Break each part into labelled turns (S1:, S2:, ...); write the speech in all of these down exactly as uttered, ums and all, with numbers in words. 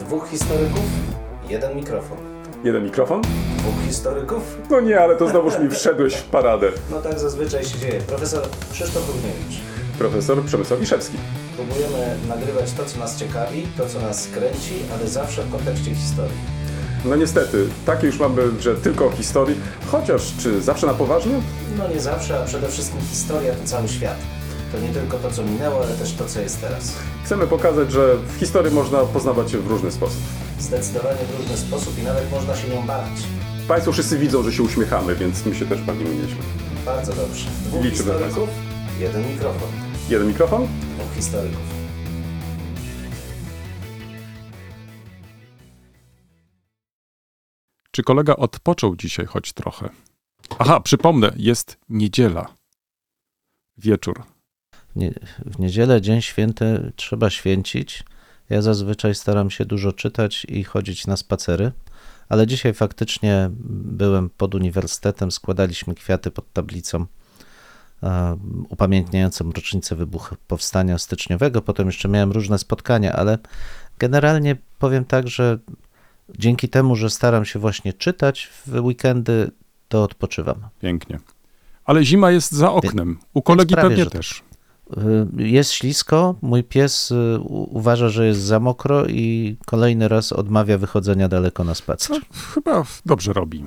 S1: Dwóch historyków, jeden mikrofon.
S2: Jeden mikrofon?
S1: Dwóch historyków?
S2: No nie, ale to znowuż mi wszedłeś w paradę.
S1: No tak zazwyczaj się dzieje. Profesor Krzysztof Równiewicz.
S2: Profesor Przemysław Wiszewski.
S1: Próbujemy nagrywać to, co nas ciekawi, to, co nas kręci, ale zawsze w kontekście historii.
S2: No niestety, takie już mamy, że tylko o historii. Chociaż, czy zawsze na poważnie?
S1: No nie zawsze, a przede wszystkim historia to cały świat. To nie tylko to, co minęło, ale też to, co jest teraz.
S2: Chcemy pokazać, że w historii można poznawać się w różny sposób.
S1: Zdecydowanie w różny sposób i nawet można się nią bawić.
S2: Państwo wszyscy widzą, że się uśmiechamy, więc my się też bawimy nieźle.
S1: Bardzo dobrze. Dwóch
S2: Liczymy
S1: historyków, jeden mikrofon.
S2: Jeden mikrofon?
S1: Dwóch historyków.
S3: Czy kolega odpoczął dzisiaj choć trochę? Aha, przypomnę, jest niedziela. Wieczór.
S4: Nie, w niedzielę, dzień święty trzeba święcić. Ja zazwyczaj staram się dużo czytać i chodzić na spacery, ale dzisiaj faktycznie byłem pod uniwersytetem, składaliśmy kwiaty pod tablicą e, upamiętniającą rocznicę wybuchu Powstania Styczniowego. Potem jeszcze miałem różne spotkania, ale generalnie powiem tak, że dzięki temu, że staram się właśnie czytać w weekendy, to odpoczywam.
S3: Pięknie. Ale zima jest za oknem. U kolegi
S4: prawie,
S3: pewnie
S4: że
S3: też.
S4: Jest ślisko, mój pies u- uważa, że jest za mokro i kolejny raz odmawia wychodzenia daleko na spacer.
S3: No, chyba dobrze robi.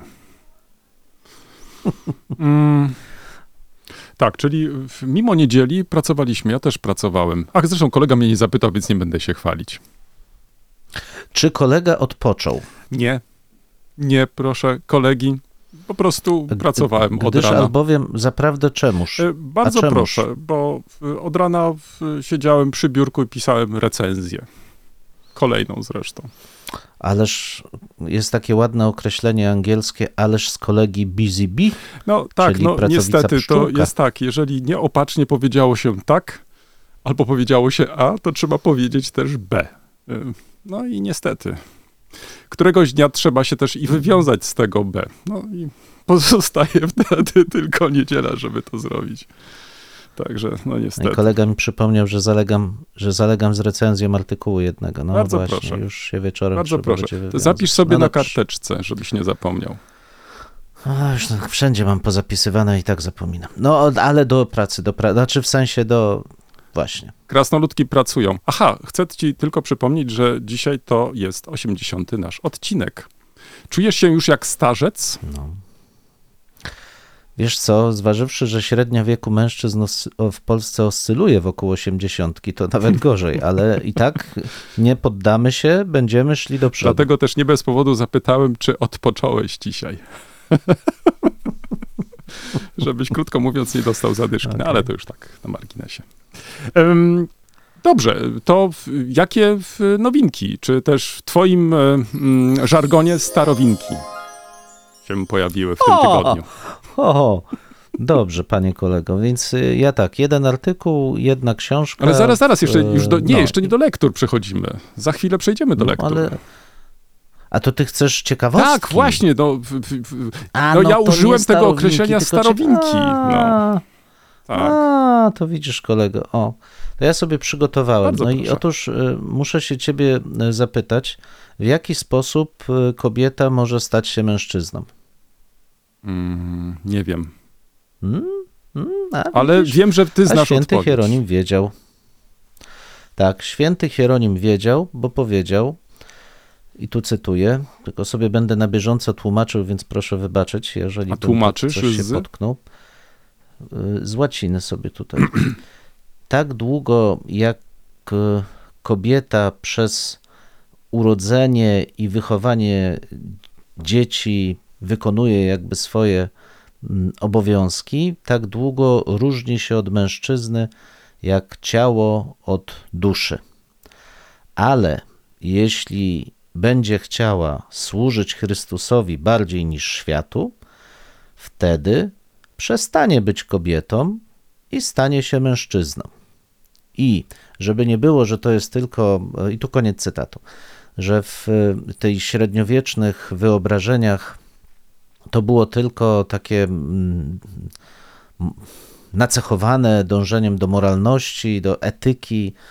S3: Mm. Tak, czyli w- mimo niedzieli pracowaliśmy, ja też pracowałem. Ach, zresztą kolega mnie nie zapytał, więc nie będę się chwalić.
S4: Czy kolega odpoczął?
S3: Nie, nie, proszę, kolegi. Po prostu pracowałem od
S4: Gdyż
S3: rana.
S4: albowiem zaprawdę czemuż?
S3: E, Bardzo
S4: A czemuż?
S3: proszę, bo e, od rana w- siedziałem przy biurku i pisałem recenzję. Kolejną zresztą.
S4: Ależ jest takie ładne określenie angielskie, ależ z kolegi busy bee.
S3: No tak,
S4: Czyli
S3: no
S4: pracowica
S3: niestety to
S4: pszczółka.
S3: jest tak, jeżeli nieopatrznie powiedziało się tak, albo powiedziało się A, to trzeba powiedzieć też B. E, No i niestety. Któregoś dnia trzeba się też i wywiązać z tego B. No i pozostaje wtedy tylko niedziela, żeby to zrobić. Także, no
S4: No
S3: niestety.
S4: i kolega mi przypomniał, że zalegam, że zalegam z recenzją artykułu jednego. No
S3: Bardzo
S4: właśnie,
S3: proszę.
S4: już się wieczorem
S3: Bardzo
S4: trzeba
S3: proszę.
S4: będzie
S3: To
S4: wywiązać.
S3: zapisz sobie
S4: No
S3: na
S4: dobrze.
S3: karteczce, żebyś nie zapomniał.
S4: A, już tak wszędzie mam pozapisywane i tak zapominam. No, ale do pracy, do pracy, znaczy w sensie do... Właśnie.
S3: Krasnoludki pracują. Aha, chcę ci tylko przypomnieć, że dzisiaj to jest osiemdziesiąty nasz odcinek. Czujesz się już jak starzec?
S4: No. Wiesz co, zważywszy, że średnia wieku mężczyzn os- o- w Polsce oscyluje wokół osiemdziesiątki, to nawet gorzej, ale i tak nie poddamy się, będziemy szli do przodu.
S3: Dlatego też nie bez powodu zapytałem, czy odpocząłeś dzisiaj. Żebyś, krótko mówiąc, nie dostał zadyszki. No,
S4: Okej.
S3: ale to już tak na marginesie. Em, Dobrze, to w- jakie w- nowinki, czy też w twoim e, mm, żargonie starowinki się pojawiły w tym
S4: O!
S3: tygodniu?
S4: O, dobrze, panie kolego, więc y, ja tak, jeden artykuł, jedna książka.
S3: Ale zaraz, zaraz, jeszcze,
S4: e,
S3: już do, nie,
S4: no.
S3: jeszcze nie do lektur przechodzimy. Za chwilę przejdziemy do
S4: No,
S3: lektur.
S4: ale... A to ty chcesz ciekawostki?
S3: Tak, właśnie, no, w, w, w,
S4: A,
S3: no ja
S4: to nie
S3: użyłem tego
S4: starowinki,
S3: określenia
S4: tylko
S3: starowinki.
S4: cieka-
S3: No, tak.
S4: A, to widzisz, kolego. O, to ja sobie przygotowałem.
S3: Bardzo
S4: no i
S3: proszę.
S4: otóż y, muszę się ciebie y, zapytać, w jaki sposób y, kobieta może stać się mężczyzną?
S3: Mm, nie wiem,
S4: Hmm? Hmm? A,
S3: ale
S4: widzisz?
S3: wiem, że ty
S4: A
S3: znasz
S4: święty
S3: odpowiedź.
S4: Hieronim wiedział. Tak, święty Hieronim wiedział, bo powiedział, i tu cytuję, tylko sobie będę na bieżąco tłumaczył, więc proszę wybaczyć, jeżeli
S3: A
S4: bym
S3: tłumaczysz
S4: coś się
S3: z?
S4: potknął. Y, Z łaciny sobie tutaj. Tak długo jak y, kobieta przez urodzenie i wychowanie dzieci wykonuje jakby swoje mm, obowiązki, tak długo różni się od mężczyzny jak ciało od duszy. Ale jeśli będzie chciała służyć Chrystusowi bardziej niż światu, wtedy przestanie być kobietą i stanie się mężczyzną. I żeby nie było, że to jest tylko, i tu koniec cytatu, że w tej średniowiecznych wyobrażeniach to było tylko takie mm, nacechowane dążeniem do moralności, do etyki,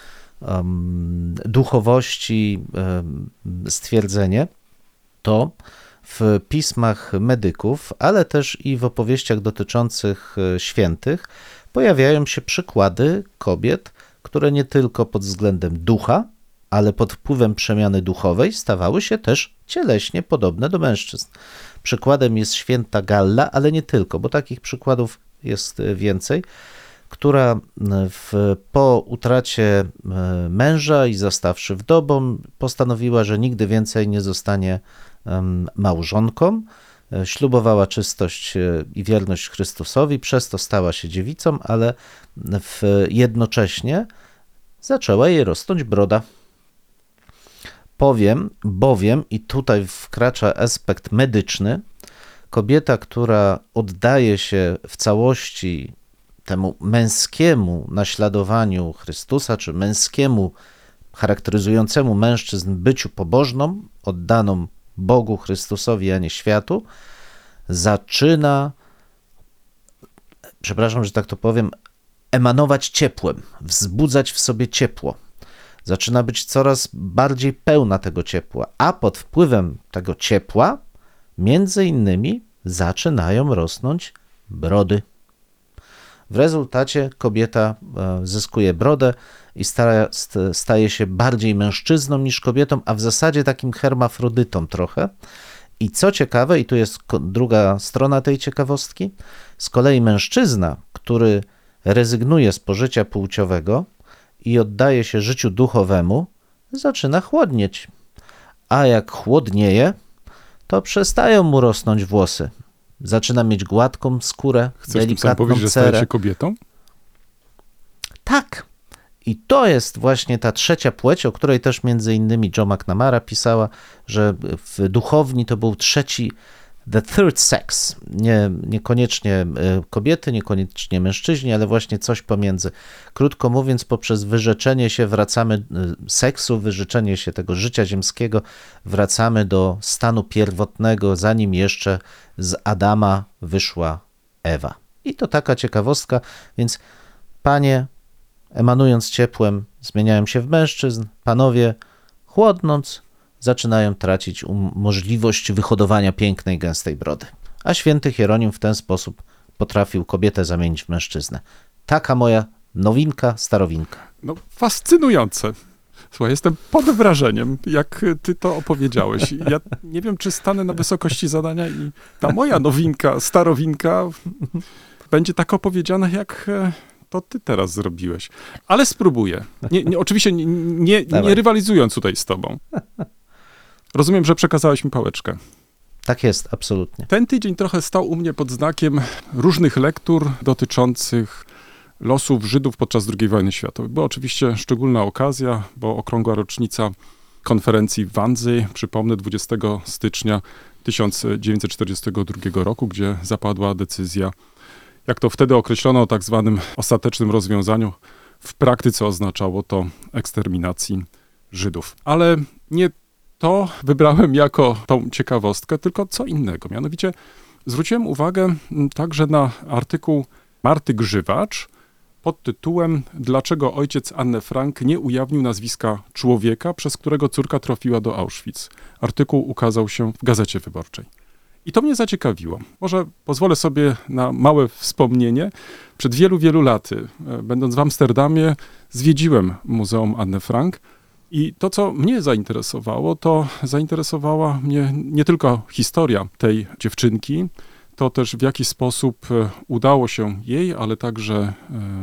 S4: um, duchowości um, stwierdzenie, to w pismach medyków, ale też i w opowieściach dotyczących świętych pojawiają się przykłady kobiet, które nie tylko pod względem ducha, ale pod wpływem przemiany duchowej stawały się też cieleśnie podobne do mężczyzn. Przykładem jest święta Galla, ale nie tylko, bo takich przykładów jest więcej, która w, po utracie męża i zostawszy wdową postanowiła, że nigdy więcej nie zostanie um, małżonką. Ślubowała czystość i wierność Chrystusowi, przez to stała się dziewicą, ale w, jednocześnie zaczęła jej rosnąć broda. Powiem, bowiem, i tutaj wkracza aspekt medyczny, kobieta, która oddaje się w całości temu męskiemu naśladowaniu Chrystusa, czy męskiemu, charakteryzującemu mężczyzn byciu pobożną, oddaną Bogu, Chrystusowi, a nie światu, zaczyna, przepraszam, że tak to powiem, emanować ciepłem, wzbudzać w sobie ciepło. Zaczyna być coraz bardziej pełna tego ciepła, a pod wpływem tego ciepła między innymi zaczynają rosnąć brody. W rezultacie kobieta zyskuje brodę i staje się bardziej mężczyzną niż kobietą, a w zasadzie takim hermafrodytą trochę. I co ciekawe, i tu jest druga strona tej ciekawostki, z kolei mężczyzna, który rezygnuje z pożycia płciowego i oddaje się życiu duchowemu, zaczyna chłodnieć. A jak chłodnieje, to przestają mu rosnąć włosy. Zaczyna mieć gładką skórę,
S3: Chcesz tym samym
S4: delikatną
S3: powiedzieć, że staje
S4: cerę.
S3: się kobietą?
S4: Tak. I to jest właśnie ta trzecia płeć, o której też między innymi Joe McNamara pisała, że w duchowni to był trzeci, the third sex. Nie, niekoniecznie kobiety, niekoniecznie mężczyźni, ale właśnie coś pomiędzy. Krótko mówiąc, poprzez wyrzeczenie się wracamy seksu, wyrzeczenie się tego życia ziemskiego, wracamy do stanu pierwotnego, zanim jeszcze z Adama wyszła Ewa. I to taka ciekawostka, więc panie, emanując ciepłem, zmieniają się w mężczyzn, panowie, chłodnąc, zaczynają tracić um- możliwość wyhodowania pięknej, gęstej brody. A święty Hieronim w ten sposób potrafił kobietę zamienić w mężczyznę. Taka moja nowinka, starowinka.
S3: No, fascynujące. Słuchaj, jestem pod wrażeniem, jak ty to opowiedziałeś. Ja nie wiem, czy stanę na wysokości zadania i ta moja nowinka, starowinka będzie tak opowiedziana, jak to ty teraz zrobiłeś. Ale spróbuję. Nie, nie, oczywiście nie, nie, nie rywalizując tutaj z tobą. Rozumiem, że przekazałeś mi pałeczkę.
S4: Tak jest, absolutnie.
S3: Ten tydzień trochę stał u mnie pod znakiem różnych lektur dotyczących losów Żydów podczas drugiej wojny światowej. Była oczywiście szczególna okazja, bo okrągła rocznica konferencji w Wannsee, przypomnę, dwudziestego stycznia tysiąc dziewięćset czterdziestego drugiego roku, gdzie zapadła decyzja, jak to wtedy określono, o tak zwanym ostatecznym rozwiązaniu. W praktyce oznaczało to eksterminacji Żydów. Ale nie to wybrałem jako tą ciekawostkę, tylko co innego. Mianowicie zwróciłem uwagę także na artykuł Marty Grzywacz pod tytułem „Dlaczego ojciec Anne Frank nie ujawnił nazwiska człowieka, przez którego córka trafiła do Auschwitz”. Artykuł ukazał się w Gazecie Wyborczej. I to mnie zaciekawiło. Może pozwolę sobie na małe wspomnienie. Przed wielu, wielu laty, będąc w Amsterdamie, zwiedziłem Muzeum Anne Frank. I to, co mnie zainteresowało, to zainteresowała mnie nie tylko historia tej dziewczynki, to też w jaki sposób udało się jej, ale także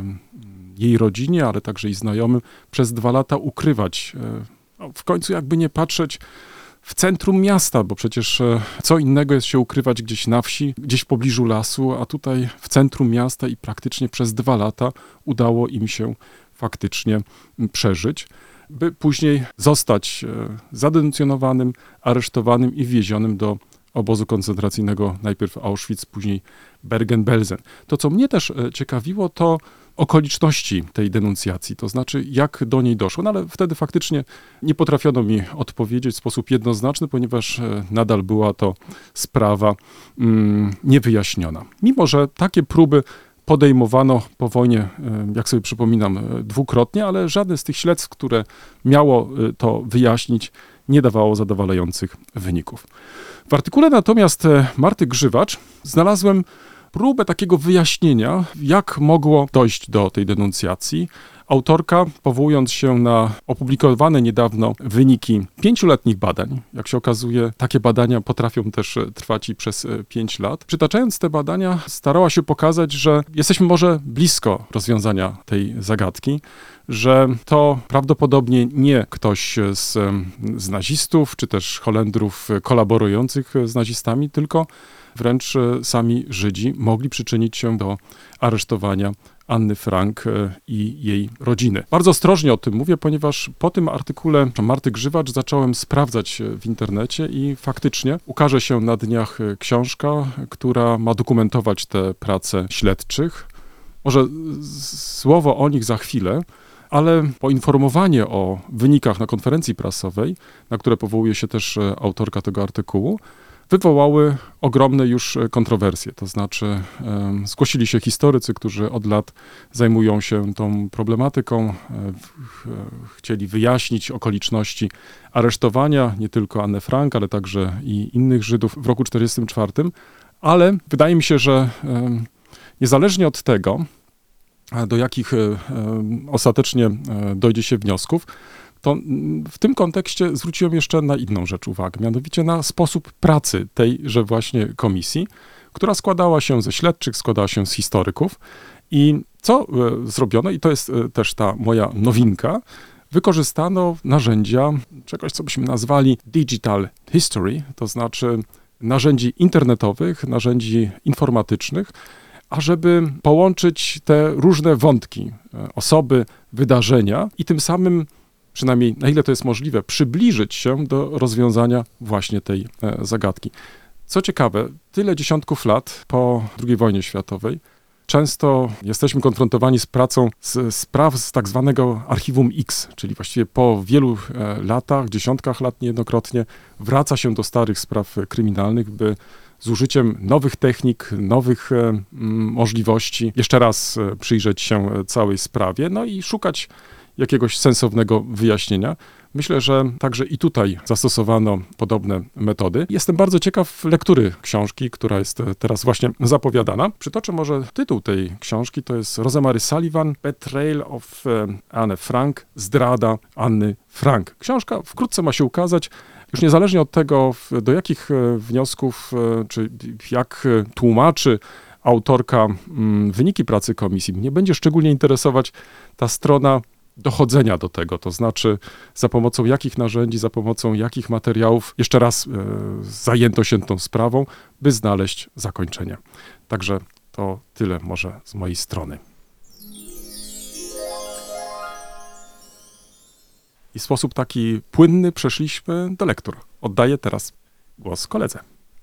S3: jej rodzinie, ale także i znajomym przez dwa lata ukrywać. No, w końcu jakby nie patrzeć w centrum miasta, bo przecież co innego jest się ukrywać gdzieś na wsi, gdzieś w pobliżu lasu, a tutaj w centrum miasta i praktycznie przez dwa lata udało im się faktycznie przeżyć, by później zostać zadenuncjonowanym, aresztowanym i wwiezionym do obozu koncentracyjnego, najpierw Auschwitz, później Bergen-Belsen. To, co mnie też ciekawiło, to okoliczności tej denuncjacji, to znaczy jak do niej doszło. No ale wtedy faktycznie nie potrafiono mi odpowiedzieć w sposób jednoznaczny, ponieważ nadal była to sprawa mm, niewyjaśniona. Mimo że takie próby podejmowano po wojnie, jak sobie przypominam, dwukrotnie, ale żadne z tych śledztw, które miało to wyjaśnić, nie dawało zadowalających wyników. W artykule natomiast Marty Grzywacz znalazłem próbę takiego wyjaśnienia, jak mogło dojść do tej denuncjacji. Autorka, powołując się na opublikowane niedawno wyniki pięcioletnich badań, jak się okazuje, takie badania potrafią też trwać i przez pięć lat. Przytaczając te badania, starała się pokazać, że jesteśmy może blisko rozwiązania tej zagadki, że to prawdopodobnie nie ktoś z, z nazistów, czy też Holendrów kolaborujących z nazistami, tylko wręcz sami Żydzi mogli przyczynić się do aresztowania Anny Frank i jej rodziny. Bardzo ostrożnie o tym mówię, ponieważ po tym artykule Marty Grzywacz zacząłem sprawdzać w internecie i faktycznie ukaże się na dniach książka, która ma dokumentować te prace śledczych. Może słowo o nich za chwilę, ale poinformowanie o wynikach na konferencji prasowej, na które powołuje się też autorka tego artykułu, wywołały ogromne już kontrowersje. To znaczy um, zgłosili się historycy, którzy od lat zajmują się tą problematyką, ch chcieli wyjaśnić okoliczności aresztowania nie tylko Anny Frank, ale także i innych Żydów w roku tysiąc dziewięćset czterdziestym czwartym, ale wydaje mi się, że um, niezależnie od tego, do jakich um, ostatecznie um, dojdzie się wniosków, to w tym kontekście zwróciłem jeszcze na inną rzecz uwagę, mianowicie na sposób pracy tejże właśnie komisji, która składała się ze śledczych, składała się z historyków i co e, zrobiono, i to jest e, też ta moja nowinka, wykorzystano narzędzia czegoś, co byśmy nazwali digital history, to znaczy narzędzi internetowych, narzędzi informatycznych, ażeby połączyć te różne wątki, e, osoby, wydarzenia i tym samym przynajmniej na ile to jest możliwe, przybliżyć się do rozwiązania właśnie tej e, zagadki. Co ciekawe, tyle dziesiątków lat po drugiej wojnie światowej często jesteśmy konfrontowani z pracą z spraw z tak zwanego archiwum X, czyli właściwie po wielu e, latach, dziesiątkach lat niejednokrotnie wraca się do starych spraw kryminalnych, by z użyciem nowych technik, nowych e, m, możliwości jeszcze raz e, przyjrzeć się całej sprawie, no i szukać jakiegoś sensownego wyjaśnienia. Myślę, że także i tutaj zastosowano podobne metody. Jestem bardzo ciekaw lektury książki, która jest teraz właśnie zapowiadana. Przytoczę może tytuł tej książki, to jest Rosemary Sullivan, Betrayal of Anne Frank, Zdrada Anny Frank. Książka wkrótce ma się ukazać, już niezależnie od tego, do jakich wniosków, czy jak tłumaczy autorka wyniki pracy komisji. Mnie będzie szczególnie interesować ta strona dochodzenia do tego, to znaczy za pomocą jakich narzędzi, za pomocą jakich materiałów jeszcze raz e, zajęto się tą sprawą, by znaleźć zakończenie. Także to tyle może z mojej strony. I w sposób taki płynny przeszliśmy do lektur. Oddaję teraz głos koledze.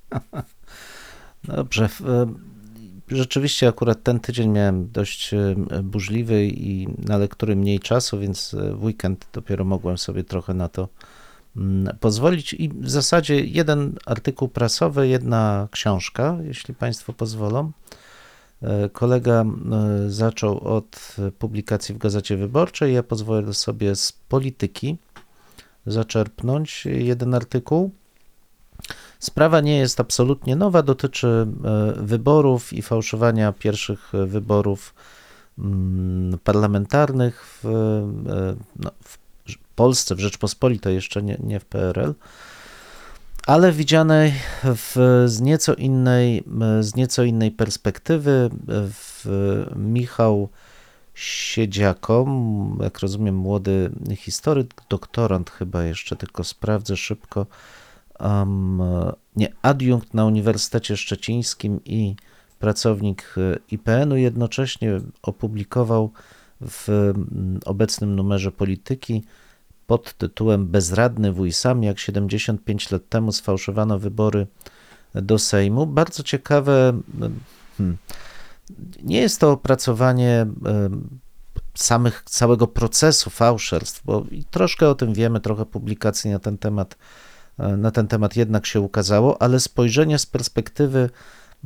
S4: Dobrze. Rzeczywiście akurat ten tydzień miałem dość burzliwy i na lektury mniej czasu, więc w weekend dopiero mogłem sobie trochę na to pozwolić i w zasadzie jeden artykuł prasowy, jedna książka, jeśli Państwo pozwolą. Kolega zaczął od publikacji w Gazecie Wyborczej, ja pozwolę sobie z Polityki zaczerpnąć jeden artykuł. Sprawa nie jest absolutnie nowa, dotyczy wyborów i fałszowania pierwszych wyborów parlamentarnych w, no, w Polsce, w Rzeczpospolitej, jeszcze nie, nie w P R L, ale widzianej w, z, nieco innej, z nieco innej perspektywy. W Michał Siedziako, jak rozumiem, młody historyk, doktorant chyba jeszcze, tylko sprawdzę szybko, Um, nie, adiunkt na Uniwersytecie Szczecińskim i pracownik I P N u, jednocześnie opublikował w obecnym numerze Polityki pod tytułem Bezradny wuj Sam, jak siedemdziesiąt pięć lat temu sfałszowano wybory do Sejmu. Bardzo ciekawe, hmm, nie jest to opracowanie samych, całego procesu fałszerstw, bo troszkę o tym wiemy, trochę publikacji na ten temat na ten temat jednak się ukazało, ale spojrzenie z perspektywy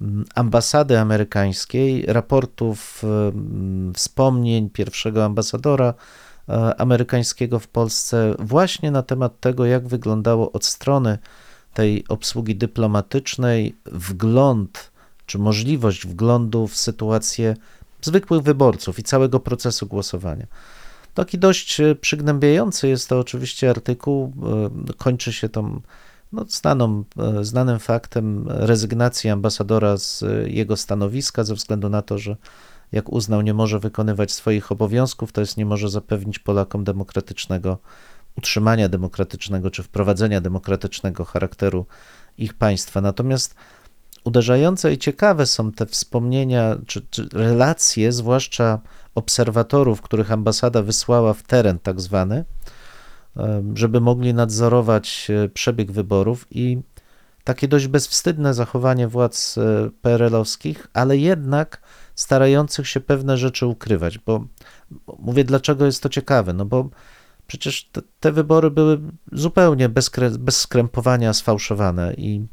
S4: ambasady amerykańskiej, raportów, wspomnień pierwszego ambasadora amerykańskiego w Polsce właśnie na temat tego, jak wyglądało od strony tej obsługi dyplomatycznej wgląd, czy możliwość wglądu w sytuację zwykłych wyborców i całego procesu głosowania. Taki dość przygnębiający jest to oczywiście artykuł, kończy się tą no, znaną, znanym faktem rezygnacji ambasadora z jego stanowiska ze względu na to, że jak uznał, nie może wykonywać swoich obowiązków, to jest nie może zapewnić Polakom demokratycznego, utrzymania demokratycznego czy wprowadzenia demokratycznego charakteru ich państwa. Natomiast uderzające i ciekawe są te wspomnienia czy, czy relacje, zwłaszcza obserwatorów, których ambasada wysłała w teren tak zwany, żeby mogli nadzorować przebieg wyborów i takie dość bezwstydne zachowanie władz P R L-owskich, ale jednak starających się pewne rzeczy ukrywać, bo mówię, dlaczego jest to ciekawe, no bo przecież te, te wybory były zupełnie bez, kre, bez skrępowania sfałszowane i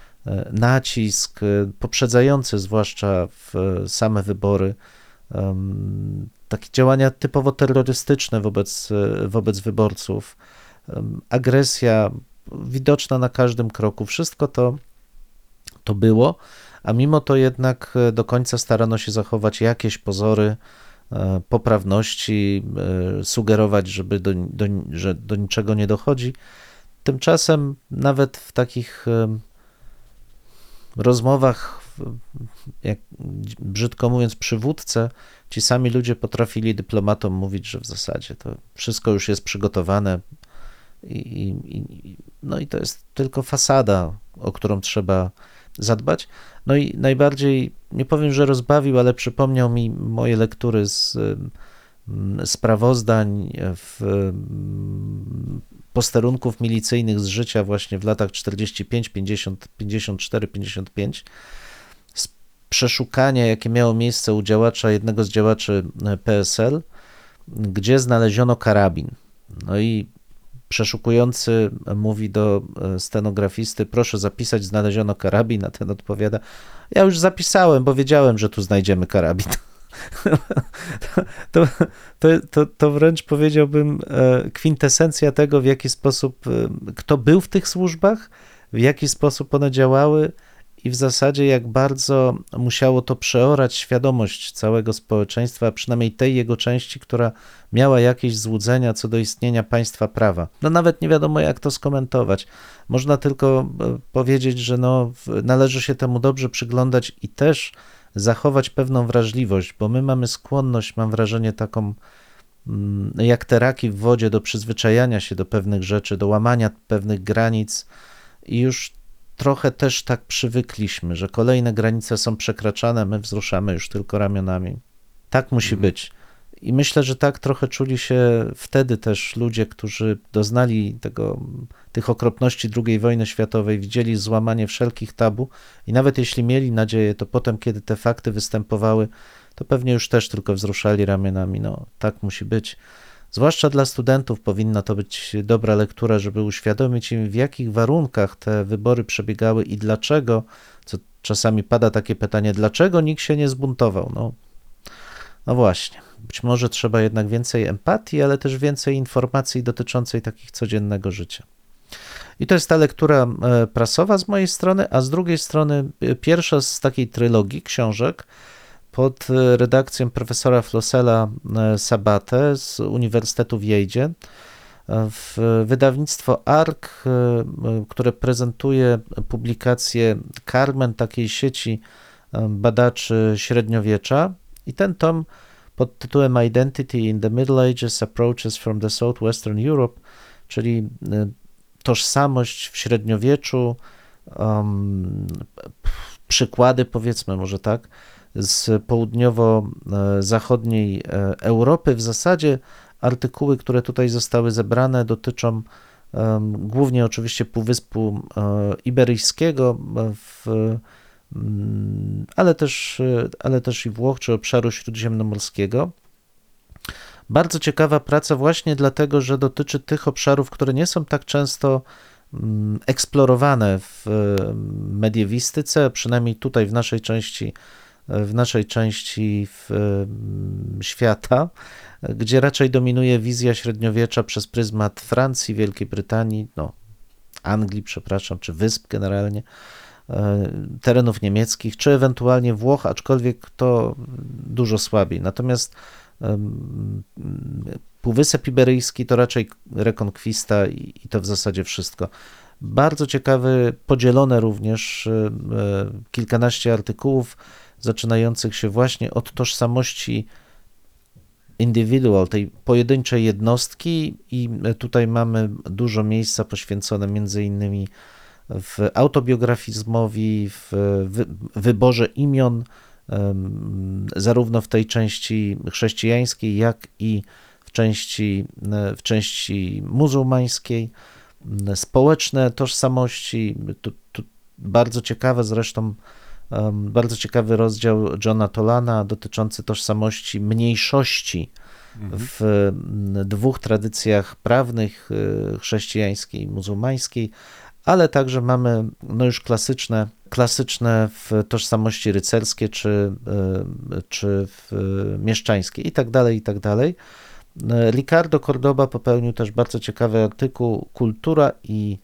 S4: nacisk poprzedzający zwłaszcza w same wybory, um, takie działania typowo terrorystyczne wobec, wobec wyborców, um, agresja widoczna na każdym kroku, wszystko to, to było, a mimo to jednak do końca starano się zachować jakieś pozory e, poprawności, e, sugerować, żeby do, do, że do niczego nie dochodzi. Tymczasem nawet w takich e, rozmowach, jak brzydko mówiąc, przy wódce, ci sami ludzie potrafili dyplomatom mówić, że w zasadzie to wszystko już jest przygotowane i, i, no i to jest tylko fasada, o którą trzeba zadbać. No i najbardziej, nie powiem, że rozbawił, ale przypomniał mi moje lektury z sprawozdań w posterunków milicyjnych z życia właśnie w latach czterdziesty piąty, pięćdziesiąty, pięćdziesiąty czwarty, pięćdziesiąty piąty, z przeszukania, jakie miało miejsce u działacza, jednego z działaczy P S L, gdzie znaleziono karabin. No i przeszukujący mówi do stenografisty, proszę zapisać, znaleziono karabin, a ten odpowiada, ja już zapisałem, bo wiedziałem, że tu znajdziemy karabin. To, to, to, to wręcz powiedziałbym kwintesencja tego, w jaki sposób, kto był w tych służbach, w jaki sposób one działały i w zasadzie jak bardzo musiało to przeorać świadomość całego społeczeństwa, a przynajmniej tej jego części, która miała jakieś złudzenia co do istnienia państwa prawa. No nawet nie wiadomo, jak to skomentować. Można tylko powiedzieć, że no, należy się temu dobrze przyglądać i też zachować pewną wrażliwość, bo my mamy skłonność, mam wrażenie, taką jak te raki w wodzie, do przyzwyczajania się do pewnych rzeczy, do łamania pewnych granic i już trochę też tak przywykliśmy, że kolejne granice są przekraczane, my wzruszamy już tylko ramionami. Tak musi mhm. być. I myślę, że tak trochę czuli się wtedy też ludzie, którzy doznali tego, tych okropności drugiej wojny światowej, widzieli złamanie wszelkich tabu i nawet jeśli mieli nadzieję, to potem, kiedy te fakty występowały, to pewnie już też tylko wzruszali ramionami. No, tak musi być. Zwłaszcza dla studentów powinna to być dobra lektura, żeby uświadomić im, w jakich warunkach te wybory przebiegały i dlaczego, co czasami pada takie pytanie, dlaczego nikt się nie zbuntował? No, no właśnie, być może trzeba jednak więcej empatii, ale też więcej informacji dotyczącej takich codziennego życia. I to jest ta lektura prasowa z mojej strony, a z drugiej strony pierwsza z takiej trylogii książek pod redakcją profesora Flossela Sabatę z Uniwersytetu w Yale. W wydawnictwo A R K, które prezentuje publikację Carmen, takiej sieci badaczy średniowiecza. I ten tom pod tytułem Identity in the Middle Ages, Approaches from the Southwestern Europe, czyli tożsamość w średniowieczu, um, przykłady, powiedzmy może tak, z południowo-zachodniej Europy. W zasadzie artykuły, które tutaj zostały zebrane, dotyczą um, głównie oczywiście Półwyspu um, Iberyjskiego, w, um, ale, też, ale też i Włoch, czy obszaru śródziemnomorskiego. Bardzo ciekawa praca właśnie dlatego, że dotyczy tych obszarów, które nie są tak często mm, eksplorowane w e, mediewistyce, przynajmniej tutaj w naszej części, w naszej części w, e, świata, gdzie raczej dominuje wizja średniowiecza przez pryzmat Francji, Wielkiej Brytanii, no, Anglii, przepraszam, czy wysp generalnie, e, terenów niemieckich, czy ewentualnie Włoch, aczkolwiek to dużo słabiej. Natomiast em, Półwysep Iberyjski to raczej Reconquista i, i to w zasadzie wszystko. Bardzo ciekawy, podzielone również e, e, kilkanaście artykułów zaczynających się właśnie od tożsamości individual, tej pojedynczej jednostki i tutaj mamy dużo miejsca poświęcone między innymi w autobiografizmowi, w wy, wyborze imion, um, zarówno w tej części chrześcijańskiej, jak i w części, w części muzułmańskiej. Społeczne tożsamości, tu, tu bardzo ciekawe zresztą, um, bardzo ciekawy rozdział Johna Tolana dotyczący tożsamości mniejszości w dwóch tradycjach prawnych, chrześcijańskiej i muzułmańskiej, ale także mamy no już klasyczne, klasyczne w tożsamości rycerskie czy, czy w mieszczańskie i tak dalej, i tak dalej. Ricardo Cordoba popełnił też bardzo ciekawy artykuł Kultura i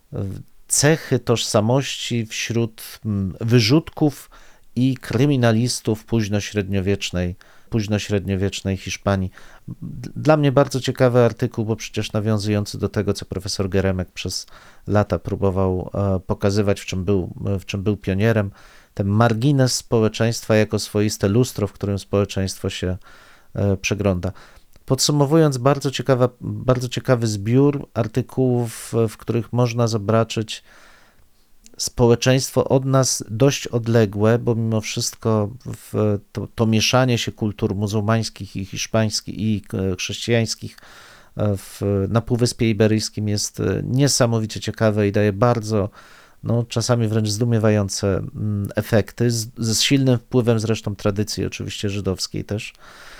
S4: cechy tożsamości wśród wyrzutków i kryminalistów późnośredniowiecznej, późnośredniowiecznej Hiszpanii. Dla mnie bardzo ciekawy artykuł, bo przecież nawiązujący do tego, co profesor Geremek przez lata próbował pokazywać, w czym był, w czym był pionierem, ten margines społeczeństwa jako swoiste lustro, w którym społeczeństwo się przegląda. Podsumowując, bardzo, ciekawa, bardzo ciekawy zbiór artykułów, w których można zobaczyć społeczeństwo od nas dość odległe, bo mimo wszystko w to, to mieszanie się kultur muzułmańskich i hiszpańskich i chrześcijańskich w, na Półwyspie Iberyjskim jest niesamowicie ciekawe i daje bardzo, no, czasami wręcz zdumiewające efekty, z, z silnym wpływem zresztą tradycji oczywiście żydowskiej też.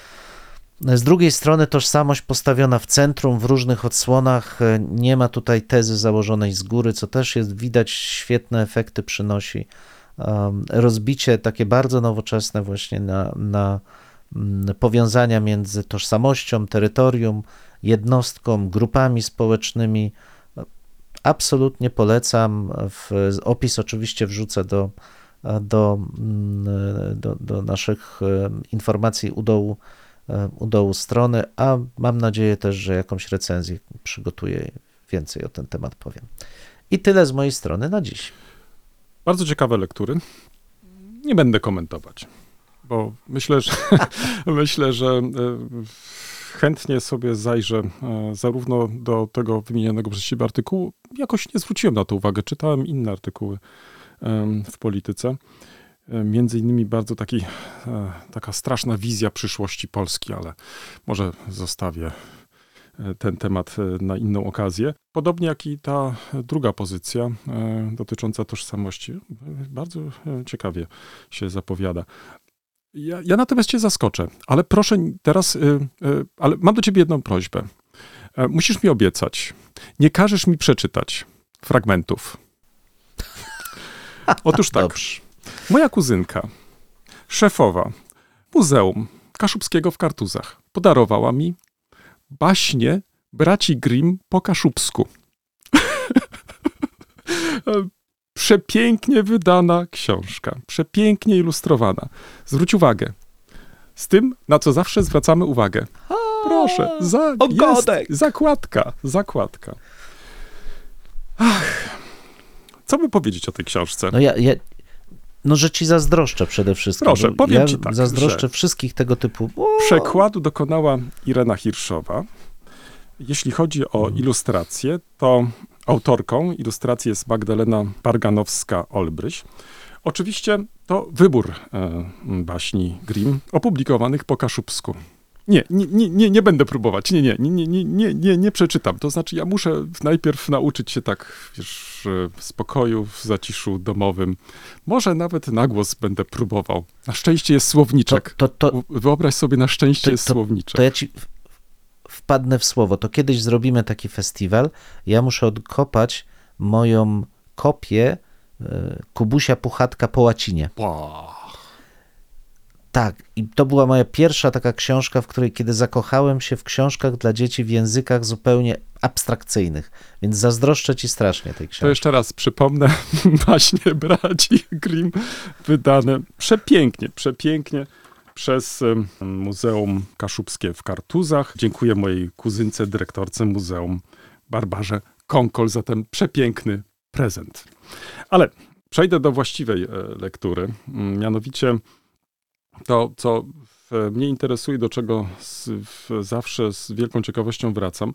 S4: Z drugiej strony tożsamość postawiona w centrum, w różnych odsłonach, nie ma tutaj tezy założonej z góry, co też jest, widać, świetne efekty przynosi. Rozbicie takie bardzo nowoczesne właśnie na, na powiązania między tożsamością, terytorium, jednostką, grupami społecznymi. Absolutnie polecam. W, opis oczywiście wrzucę do, do, do, do naszych informacji u dołu u dołu strony, a mam nadzieję też, że jakąś recenzję przygotuję, więcej o ten temat powiem. I tyle z mojej strony na dziś.
S3: Bardzo ciekawe lektury. Nie będę komentować, bo myślę, że, myślę, że chętnie sobie zajrzę zarówno do tego wymienionego przez ciebie artykułu. Jakoś nie zwróciłem na to uwagę. Czytałem inne artykuły w polityce. Między innymi bardzo taki, taka straszna wizja przyszłości Polski, ale może zostawię ten temat na inną okazję. Podobnie jak i ta druga pozycja dotycząca tożsamości. Bardzo ciekawie się zapowiada. Ja, ja natomiast cię zaskoczę, ale proszę teraz, ale mam do ciebie jedną prośbę. Musisz mi obiecać, nie każesz mi przeczytać fragmentów. Otóż tak.
S4: Dobrze.
S3: Moja kuzynka, szefowa Muzeum Kaszubskiego w Kartuzach, podarowała mi baśnie braci Grimm po kaszubsku. Przepięknie wydana książka, przepięknie ilustrowana. Zwróć uwagę. Z tym, na co zawsze zwracamy uwagę. Proszę, za, jest zakładka, zakładka. Ach, co by powiedzieć o tej książce?
S4: No ja... ja... No, że ci zazdroszczę przede wszystkim.
S3: Proszę, powiem
S4: ja
S3: ci tak,
S4: zazdroszczę
S3: że
S4: wszystkich tego typu... O!
S3: Przekładu dokonała Irena Hirszowa. Jeśli chodzi o ilustrację, to autorką ilustracji jest Magdalena Parganowska-Olbryś. Oczywiście to wybór e, baśni Grimm opublikowanych po kaszubsku. Nie, nie, nie, nie, nie będę próbować. Nie, nie, nie, nie, nie, nie, nie przeczytam. To znaczy, ja muszę najpierw nauczyć się tak, wiesz, w spokoju, w zaciszu domowym. Może nawet na głos będę próbował. Na szczęście jest słowniczek.
S4: To, to, to,
S3: Wyobraź sobie, na szczęście
S4: to,
S3: jest
S4: to,
S3: słowniczek.
S4: To ja ci wpadnę w słowo. To kiedyś zrobimy taki festiwal. Ja muszę odkopać moją kopię e, Kubusia Puchatka po łacinie.
S3: Wow.
S4: Tak, i to była moja pierwsza taka książka, w której kiedy zakochałem się w książkach dla dzieci w językach zupełnie abstrakcyjnych, więc zazdroszczę ci strasznie tej książki.
S3: To jeszcze raz przypomnę, właśnie braci Grimm, wydane przepięknie, przepięknie przez em, Muzeum Kaszubskie w Kartuzach. Dziękuję mojej kuzynce, dyrektorce muzeum, Barbarze Konkol, za ten przepiękny prezent. Ale przejdę do właściwej e, lektury, m, mianowicie to, co w, mnie interesuje, do czego z, w, zawsze z wielką ciekawością wracam,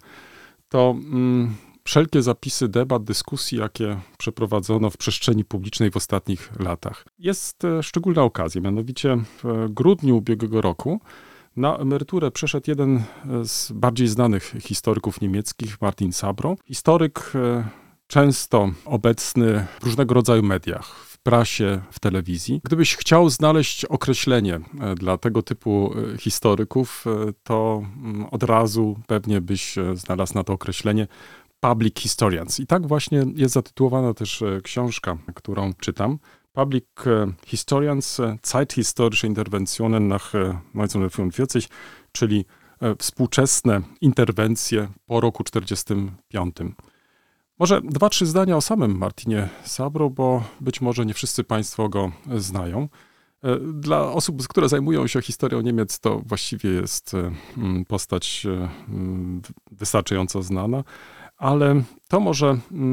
S3: to mm, wszelkie zapisy debat, dyskusji, jakie przeprowadzono w przestrzeni publicznej w ostatnich latach. Jest e, szczególna okazja, mianowicie w grudniu ubiegłego roku na emeryturę przeszedł jeden z bardziej znanych historyków niemieckich, Martin Sabro. Historyk e, często obecny w różnego rodzaju mediach, w prasie, w telewizji. Gdybyś chciał znaleźć określenie e, dla tego typu e, historyków, e, to mm, od razu pewnie byś e, znalazł na to określenie Public Historians. I tak właśnie jest zatytułowana też e, książka, którą czytam. Public e, Historians, e, Zeithistorische Interventionen nach e, neunzehnhundertfünfundvierzig, czyli e, współczesne interwencje po roku czterdziestym piątym. Może dwa, trzy zdania o samym Martinie Sabro, bo być może nie wszyscy Państwo go znają. E, Dla osób, które zajmują się historią Niemiec, to właściwie jest e, mm, postać e, mm, wystarczająco znana, ale to może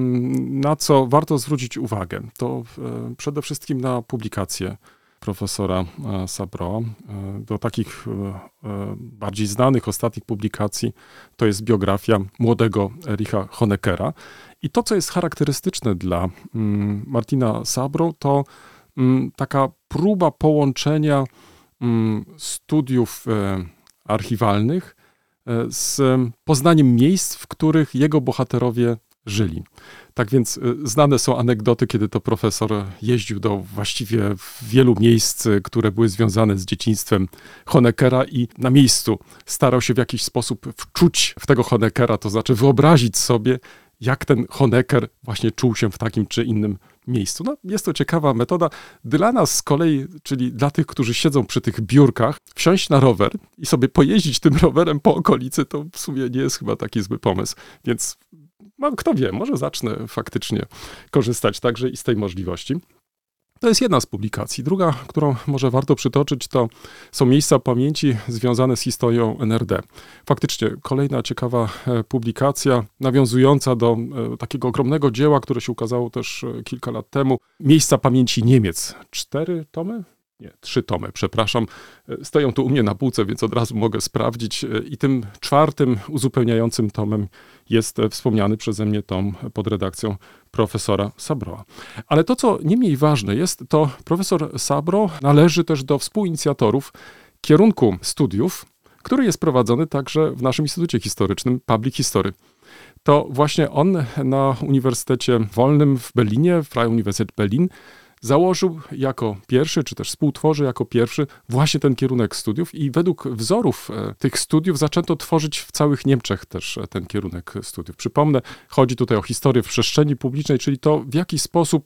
S3: mm, na co warto zwrócić uwagę, to e, przede wszystkim na publikacje profesora e, Sabro. E, Do takich e, e, bardziej znanych ostatnich publikacji to jest biografia młodego Ericha Honeckera. I to, co jest charakterystyczne dla mm, Martina Sabro, to mm, taka próba połączenia mm, studiów e, archiwalnych e, z poznaniem miejsc, w których jego bohaterowie żyli. Tak więc e, znane są anegdoty, kiedy to profesor jeździł do właściwie wielu miejsc, e, które były związane z dzieciństwem Honeckera i na miejscu starał się w jakiś sposób wczuć w tego Honeckera, to znaczy wyobrazić sobie, jak ten Honecker właśnie czuł się w takim czy innym miejscu. No, jest to ciekawa metoda. Dla nas z kolei, czyli dla tych, którzy siedzą przy tych biurkach, wsiąść na rower i sobie pojeździć tym rowerem po okolicy, to w sumie nie jest chyba taki zły pomysł. Więc no, kto wie, może zacznę faktycznie korzystać także i z tej możliwości. To jest jedna z publikacji. Druga, którą może warto przytoczyć, to są miejsca pamięci związane z historią N R D. Faktycznie kolejna ciekawa e, publikacja, nawiązująca do e, takiego ogromnego dzieła, które się ukazało też e, kilka lat temu. Miejsca pamięci Niemiec. Cztery tomy? Nie, trzy tomy, przepraszam. E, Stoją tu u mnie na półce, więc od razu mogę sprawdzić. E, I tym czwartym, uzupełniającym tomem jest e, wspomniany przeze mnie tom pod redakcją profesora Sabroa. Ale to, co nie mniej ważne jest, to profesor Sabro należy też do współinicjatorów kierunku studiów, który jest prowadzony także w naszym Instytucie Historycznym Public History. To właśnie on na Uniwersytecie Wolnym w Berlinie, Freie Universität Berlin, założył jako pierwszy, czy też współtworzy jako pierwszy właśnie ten kierunek studiów i według wzorów e, tych studiów zaczęto tworzyć w całych Niemczech też e, ten kierunek studiów. Przypomnę, chodzi tutaj o historię w przestrzeni publicznej, czyli to, w jaki sposób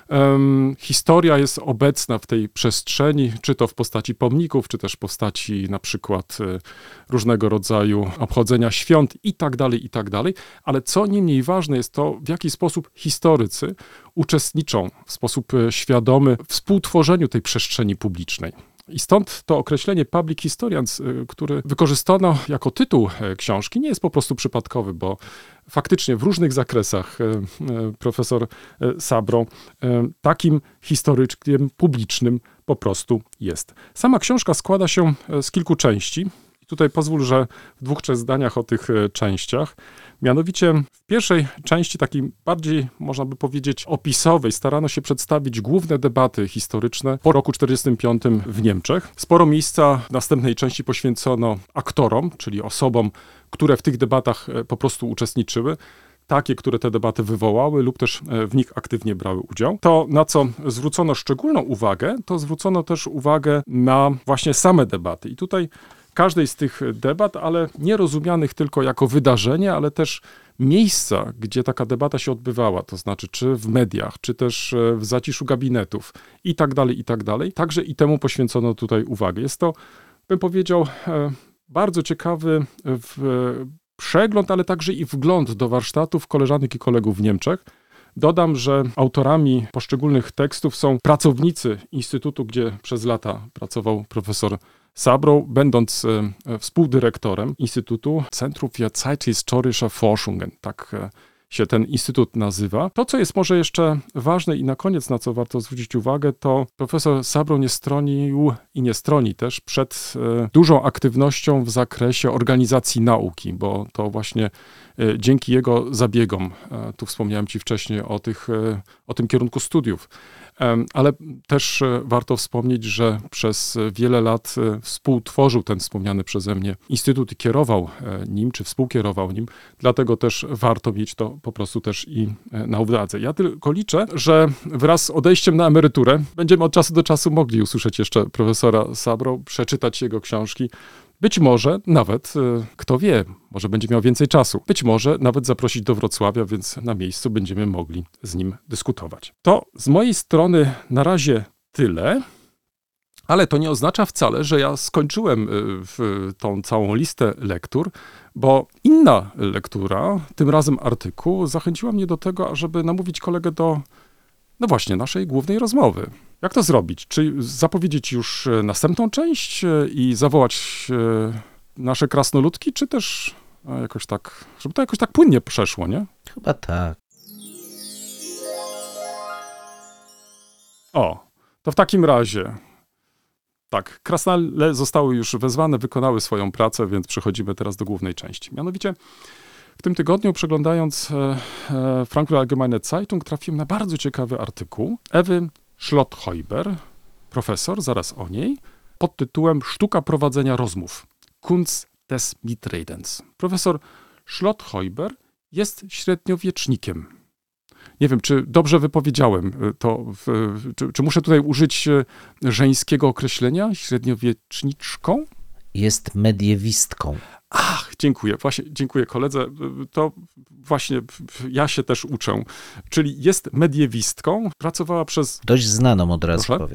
S3: em, historia jest obecna w tej przestrzeni, czy to w postaci pomników, czy też w postaci na przykład e, różnego rodzaju obchodzenia świąt i tak dalej, i tak dalej. Ale co nie mniej ważne jest to, w jaki sposób historycy uczestniczą w sposób e, świadomy w współtworzeniu tej przestrzeni publicznej. I stąd to określenie Public Historians, y, który wykorzystano jako tytuł e, książki, nie jest po prostu przypadkowy, bo faktycznie w różnych zakresach e, e, profesor e, Sabro e, takim historykiem publicznym po prostu jest. Sama książka składa się e, z kilku części. I tutaj pozwól, że w dwóch, trzech zdaniach o tych e, częściach. Mianowicie w pierwszej części, takiej bardziej, można by powiedzieć, opisowej, starano się przedstawić główne debaty historyczne po roku czterdziestym piątym w Niemczech. Sporo miejsca w następnej części poświęcono aktorom, czyli osobom, które w tych debatach po prostu uczestniczyły. Takie, które te debaty wywołały lub też w nich aktywnie brały udział. To, na co zwrócono szczególną uwagę, to zwrócono też uwagę na właśnie same debaty. I tutaj każdej z tych debat, ale nie rozumianych tylko jako wydarzenie, ale też miejsca, gdzie taka debata się odbywała, to znaczy czy w mediach, czy też w zaciszu gabinetów i tak dalej, i tak dalej. Także i temu poświęcono tutaj uwagę. Jest to, bym powiedział, bardzo ciekawy przegląd, ale także i wgląd do warsztatów koleżanek i kolegów w Niemczech. Dodam, że autorami poszczególnych tekstów są pracownicy instytutu, gdzie przez lata pracował profesor Sabrow, będąc e, współdyrektorem Instytutu Centrum für Zeithistorische Forschungen, tak e, się ten instytut nazywa. To, co jest może jeszcze ważne i na koniec, na co warto zwrócić uwagę, to profesor Sabrow nie stronił i nie stroni też przed e, dużą aktywnością w zakresie organizacji nauki, bo to właśnie e, dzięki jego zabiegom, e, tu wspomniałem ci wcześniej o, tych, e, o tym kierunku studiów, ale też warto wspomnieć, że przez wiele lat współtworzył ten wspomniany przeze mnie instytut i kierował nim, czy współkierował nim, dlatego też warto mieć to po prostu też i na uwadze. Ja tylko liczę, że wraz z odejściem na emeryturę będziemy od czasu do czasu mogli usłyszeć jeszcze profesora Sabrow, przeczytać jego książki. Być może nawet, kto wie, może będzie miał więcej czasu. Być może nawet zaprosić do Wrocławia, więc na miejscu będziemy mogli z nim dyskutować. To z mojej strony na razie tyle, ale to nie oznacza wcale, że ja skończyłem w tą całą listę lektur, bo inna lektura, tym razem artykuł, zachęciła mnie do tego, ażeby namówić kolegę do, no właśnie, naszej głównej rozmowy. Jak to zrobić? Czy zapowiedzieć już następną część i zawołać nasze krasnoludki, czy też jakoś tak, żeby to jakoś tak płynnie przeszło, nie?
S4: Chyba tak.
S3: O, to w takim razie, tak, krasnale zostały już wezwane, wykonały swoją pracę, więc przechodzimy teraz do głównej części. Mianowicie w tym tygodniu, przeglądając e, e, Frankfurter Allgemeine Zeitung, trafiłem na bardzo ciekawy artykuł Ewy Schlothäuber, profesor, zaraz o niej, pod tytułem Sztuka prowadzenia rozmów. Kunst des Mitredens. Profesor Schlothäuber jest średniowiecznikiem. Nie wiem, czy dobrze wypowiedziałem to, w, czy, czy muszę tutaj użyć żeńskiego określenia? Średniowieczniczką?
S4: Jest mediewistką.
S3: Ach, dziękuję, właśnie, dziękuję koledze. To właśnie ja się też uczę. Czyli jest mediewistką, pracowała przez...
S4: Dość znaną, od razu
S3: Proszę?
S4: powiem.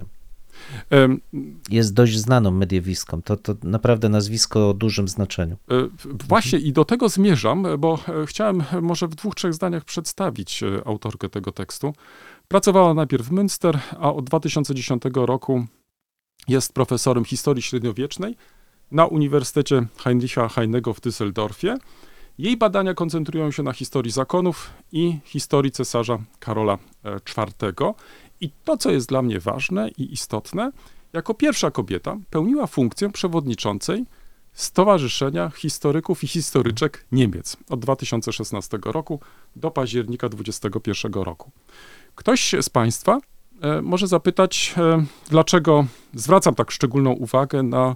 S4: Jest dość znaną mediewistką. To, to naprawdę nazwisko o dużym znaczeniu.
S3: Właśnie i do tego zmierzam, bo chciałem może w dwóch, trzech zdaniach przedstawić autorkę tego tekstu. Pracowała najpierw w Münster, a od dwa tysiące dziesiątego roku jest profesorem historii średniowiecznej na Uniwersytecie Heinricha Heinego w Düsseldorfie. Jej badania koncentrują się na historii zakonów i historii cesarza Karola czwartego. I to, co jest dla mnie ważne i istotne, jako pierwsza kobieta pełniła funkcję przewodniczącej Stowarzyszenia Historyków i Historyczek Niemiec od dwa tysiące szesnastego roku do października dwudziestego pierwszego roku. Ktoś z Państwa e, może zapytać, e, dlaczego zwracam tak szczególną uwagę na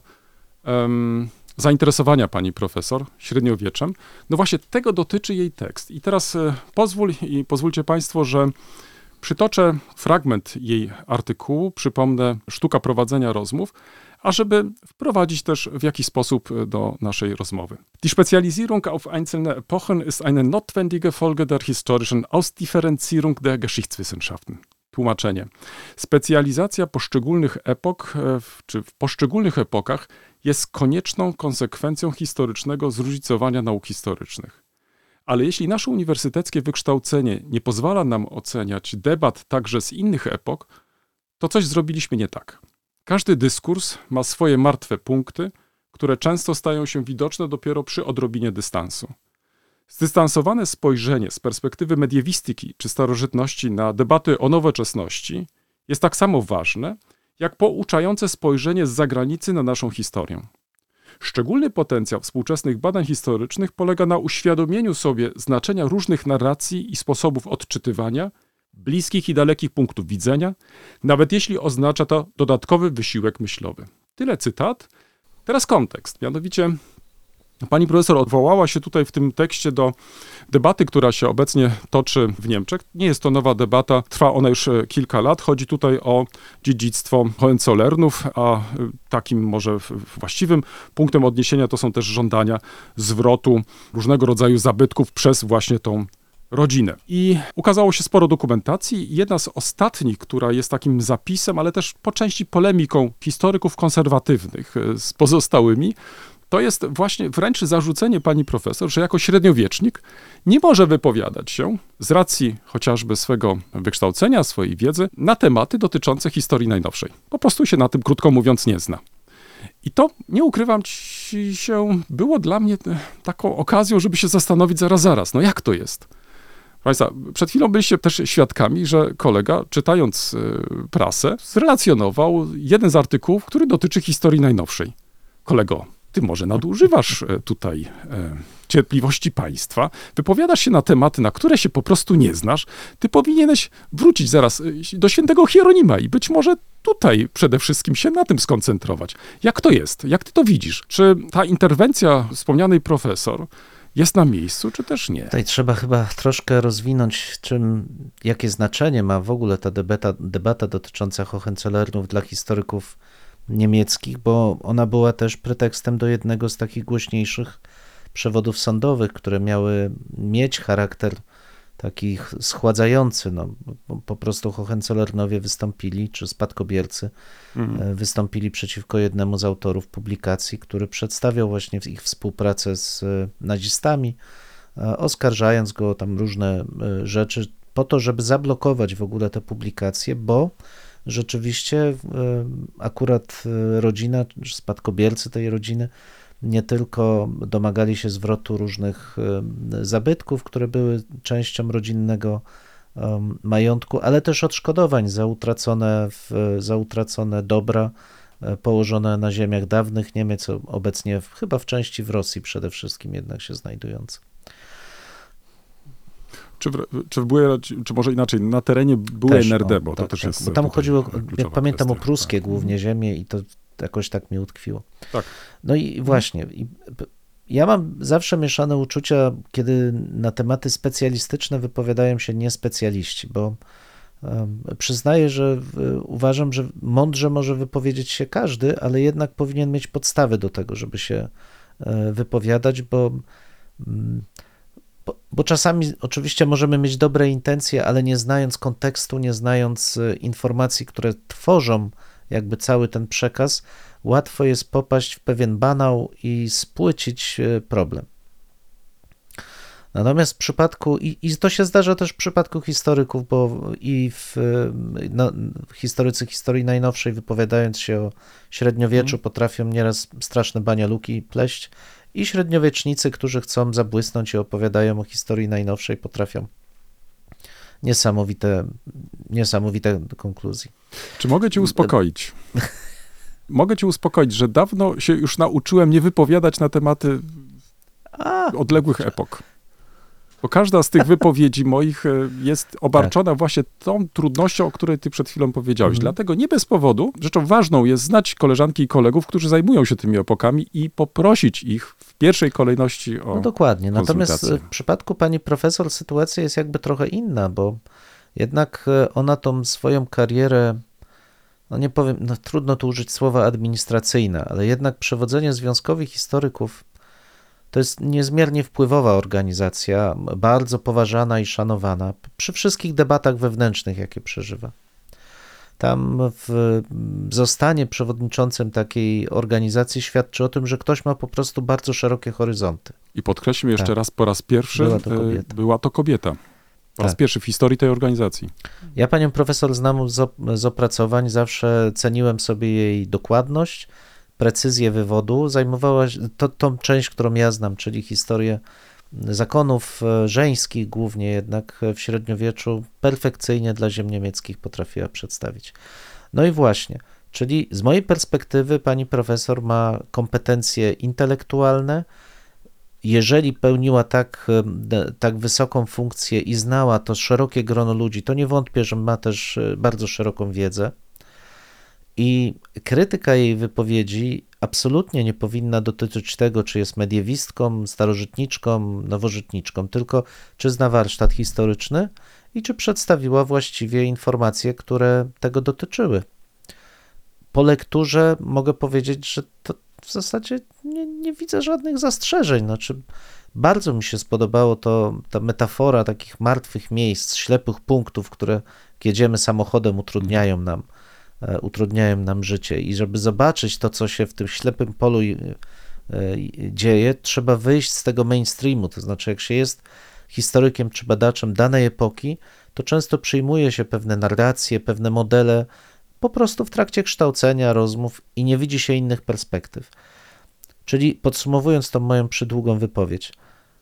S3: em, zainteresowania pani profesor średniowieczem. No właśnie tego dotyczy jej tekst. I teraz e, pozwól i pozwólcie Państwo, że przytoczę fragment jej artykułu, przypomnę, Sztuka prowadzenia rozmów, ażeby wprowadzić też w jakiś sposób do naszej rozmowy. Die Spezialisierung auf einzelne Epochen ist eine notwendige Folge der historischen Ausdifferenzierung der Geschichtswissenschaften. Tłumaczenie. Specjalizacja poszczególnych epok, czy w poszczególnych epokach jest konieczną konsekwencją historycznego zróżnicowania nauk historycznych. Ale jeśli nasze uniwersyteckie wykształcenie nie pozwala nam oceniać debat także z innych epok, to coś zrobiliśmy nie tak. Każdy dyskurs ma swoje martwe punkty, które często stają się widoczne dopiero przy odrobinie dystansu. Zdystansowane spojrzenie z perspektywy mediewistyki czy starożytności na debaty o nowoczesności jest tak samo ważne, jak pouczające spojrzenie z zagranicy na naszą historię. Szczególny potencjał współczesnych badań historycznych polega na uświadomieniu sobie znaczenia różnych narracji i sposobów odczytywania, bliskich i dalekich punktów widzenia, nawet jeśli oznacza to dodatkowy wysiłek myślowy. Tyle cytat. Teraz kontekst. Mianowicie Pani profesor odwołała się tutaj w tym tekście do debaty, która się obecnie toczy w Niemczech. Nie jest to nowa debata, trwa ona już kilka lat. Chodzi tutaj o dziedzictwo Hohenzollernów, a takim może właściwym punktem odniesienia to są też żądania zwrotu różnego rodzaju zabytków przez właśnie tą rodzinę. I ukazało się sporo dokumentacji. Jedna z ostatnich, która jest takim zapisem, ale też po części polemiką historyków konserwatywnych z pozostałymi, to jest właśnie wręcz zarzucenie pani profesor, że jako średniowiecznik nie może wypowiadać się z racji chociażby swego wykształcenia, swojej wiedzy na tematy dotyczące historii najnowszej. Po prostu się na tym, krótko mówiąc, nie zna. I to, nie ukrywam ci się, było dla mnie taką okazją, żeby się zastanowić zaraz, zaraz, no jak to jest? Państwa, przed chwilą byliście też świadkami, że kolega, czytając prasę, zrelacjonował jeden z artykułów, który dotyczy historii najnowszej. Kolego, ty może nadużywasz tutaj e, cierpliwości państwa, wypowiadasz się na tematy, na które się po prostu nie znasz, ty powinieneś wrócić zaraz do świętego Hieronima i być może tutaj przede wszystkim się na tym skoncentrować. Jak to jest? Jak ty to widzisz? Czy ta interwencja wspomnianej profesor jest na miejscu, czy też nie?
S4: Tutaj trzeba chyba troszkę rozwinąć, czym, jakie znaczenie ma w ogóle ta debata, debata dotycząca Hohenzollernów dla historyków niemieckich, bo ona była też pretekstem do jednego z takich głośniejszych przewodów sądowych, które miały mieć charakter taki schładzający. No, po prostu Hohenzollernowie wystąpili, czy spadkobiercy mhm. wystąpili przeciwko jednemu z autorów publikacji, który przedstawiał właśnie ich współpracę z nazistami, oskarżając go o tam różne rzeczy po to, żeby zablokować w ogóle te publikacje, bo rzeczywiście akurat rodzina, spadkobiercy tej rodziny nie tylko domagali się zwrotu różnych zabytków, które były częścią rodzinnego majątku, ale też odszkodowań za utracone, za utracone dobra położone na ziemiach dawnych Niemiec, obecnie w, chyba w części w Rosji przede wszystkim jednak się znajdujące.
S3: Czy w, czy w byłej, czy może inaczej, na terenie byłej N R D, bo
S4: tak,
S3: to też
S4: tak,
S3: jest...
S4: Bo tam chodziło, jak pamiętam,
S3: kwestia.
S4: o pruskie
S3: tak.
S4: głównie ziemie i to jakoś tak mi utkwiło.
S3: Tak.
S4: No i właśnie, i ja mam zawsze mieszane uczucia, kiedy na tematy specjalistyczne wypowiadają się niespecjaliści, bo um, przyznaję, że w, uważam, że mądrze może wypowiedzieć się każdy, ale jednak powinien mieć podstawy do tego, żeby się e, wypowiadać, bo um, Bo, bo czasami oczywiście możemy mieć dobre intencje, ale nie znając kontekstu, nie znając informacji, które tworzą jakby cały ten przekaz, łatwo jest popaść w pewien banał i spłycić problem. Natomiast w przypadku, i, i to się zdarza też w przypadku historyków, bo i w, no, historycy historii najnowszej, wypowiadając się o średniowieczu, hmm. potrafią nieraz straszne banialuki pleść, i średniowiecznicy, którzy chcą zabłysnąć i opowiadają o historii najnowszej, potrafią niesamowite, niesamowite konkluzje.
S3: Czy mogę cię uspokoić? Mogę cię uspokoić, że dawno się już nauczyłem nie wypowiadać na tematy A, odległych epok. Bo każda z tych wypowiedzi moich jest obarczona tak. właśnie tą trudnością, o której ty przed chwilą powiedziałeś. Mhm. Dlatego nie bez powodu rzeczą ważną jest znać koleżanki i kolegów, którzy zajmują się tymi epokami i poprosić ich w pierwszej kolejności o
S4: No dokładnie. Natomiast
S3: konsultację.
S4: w przypadku pani profesor sytuacja jest jakby trochę inna, bo jednak ona tą swoją karierę, no nie powiem, no trudno tu użyć słowa administracyjna, ale jednak przewodzenie Związkowi Historyków to jest niezmiernie wpływowa organizacja, bardzo poważana i szanowana przy wszystkich debatach wewnętrznych, jakie przeżywa. Tam w, zostanie przewodniczącym takiej organizacji świadczy o tym, że ktoś ma po prostu bardzo szerokie horyzonty.
S3: I podkreślmy jeszcze
S4: tak.
S3: raz po raz pierwszy,
S4: była to kobieta.
S3: Była to kobieta. Po raz tak. pierwszy w historii tej organizacji.
S4: Ja panią profesor znam z, op- z opracowań, zawsze ceniłem sobie jej dokładność, precyzję wywodu. Zajmowała się to, tą część, którą ja znam, czyli historię zakonów żeńskich głównie jednak w średniowieczu, perfekcyjnie dla ziem niemieckich potrafiła przedstawić. No i właśnie, czyli z mojej perspektywy pani profesor ma kompetencje intelektualne. Jeżeli pełniła tak, tak wysoką funkcję i znała to szerokie grono ludzi, to nie wątpię, że ma też bardzo szeroką wiedzę. I krytyka jej wypowiedzi absolutnie nie powinna dotyczyć tego, czy jest mediewistką, starożytniczką, nowożytniczką, tylko czy zna warsztat historyczny i czy przedstawiła właściwie informacje, które tego dotyczyły. Po lekturze mogę powiedzieć, że to w zasadzie nie, nie widzę żadnych zastrzeżeń. Znaczy, bardzo mi się spodobało to, ta metafora takich martwych miejsc, ślepych punktów, które jak jedziemy samochodem utrudniają nam, utrudniają nam życie. I żeby zobaczyć to, co się w tym ślepym polu dzieje, trzeba wyjść z tego mainstreamu. To znaczy, jak się jest historykiem czy badaczem danej epoki, to często przyjmuje się pewne narracje, pewne modele po prostu w trakcie kształcenia, rozmów i nie widzi się innych perspektyw. Czyli podsumowując tą moją przydługą wypowiedź,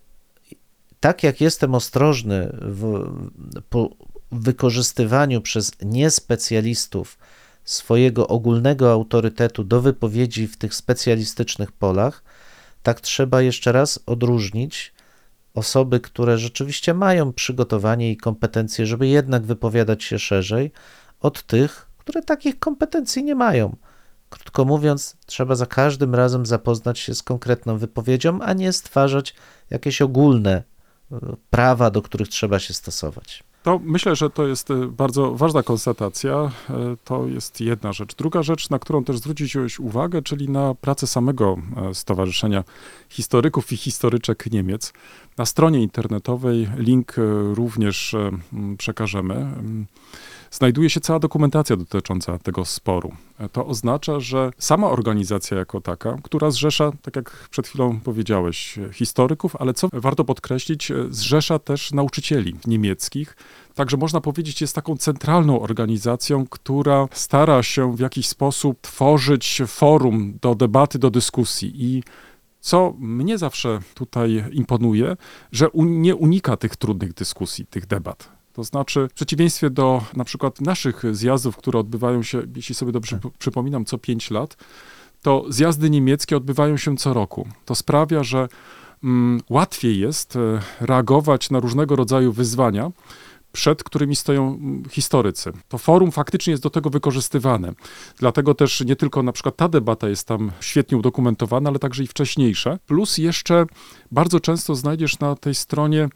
S4: tak jak jestem ostrożny w, po wykorzystywaniu przez niespecjalistów swojego ogólnego autorytetu do wypowiedzi w tych specjalistycznych polach, tak trzeba jeszcze raz odróżnić osoby, które rzeczywiście mają przygotowanie i kompetencje, żeby jednak wypowiadać się szerzej, od tych, które takich kompetencji nie mają. Krótko mówiąc, trzeba za każdym razem zapoznać się z konkretną wypowiedzią, a nie stwarzać jakieś ogólne prawa, do których trzeba się stosować.
S3: To myślę, że to jest bardzo ważna konstatacja. To jest jedna rzecz. Druga rzecz, na którą też zwrócić uwagę, czyli na pracę samego Stowarzyszenia Historyków i Historyczek Niemiec. Na stronie internetowej, link również przekażemy, znajduje się cała dokumentacja dotycząca tego sporu. To oznacza, że sama organizacja jako taka, która zrzesza, tak jak przed chwilą powiedziałeś, historyków, ale co warto podkreślić, zrzesza też nauczycieli niemieckich. Także można powiedzieć, jest taką centralną organizacją, która stara się w jakiś sposób tworzyć forum do debaty, do dyskusji. I co mnie zawsze tutaj imponuje, że un- nie unika tych trudnych dyskusji, tych debat. To znaczy, w przeciwieństwie do na przykład naszych zjazdów, które odbywają się, jeśli sobie dobrze tak. przypominam, co pięć lat, to zjazdy niemieckie odbywają się co roku. To sprawia, że mm, łatwiej jest reagować na różnego rodzaju wyzwania, przed którymi stoją historycy. To forum faktycznie jest do tego wykorzystywane. Dlatego też nie tylko na przykład ta debata jest tam świetnie udokumentowana, ale także i wcześniejsze. Plus jeszcze bardzo często znajdziesz na tej stronie,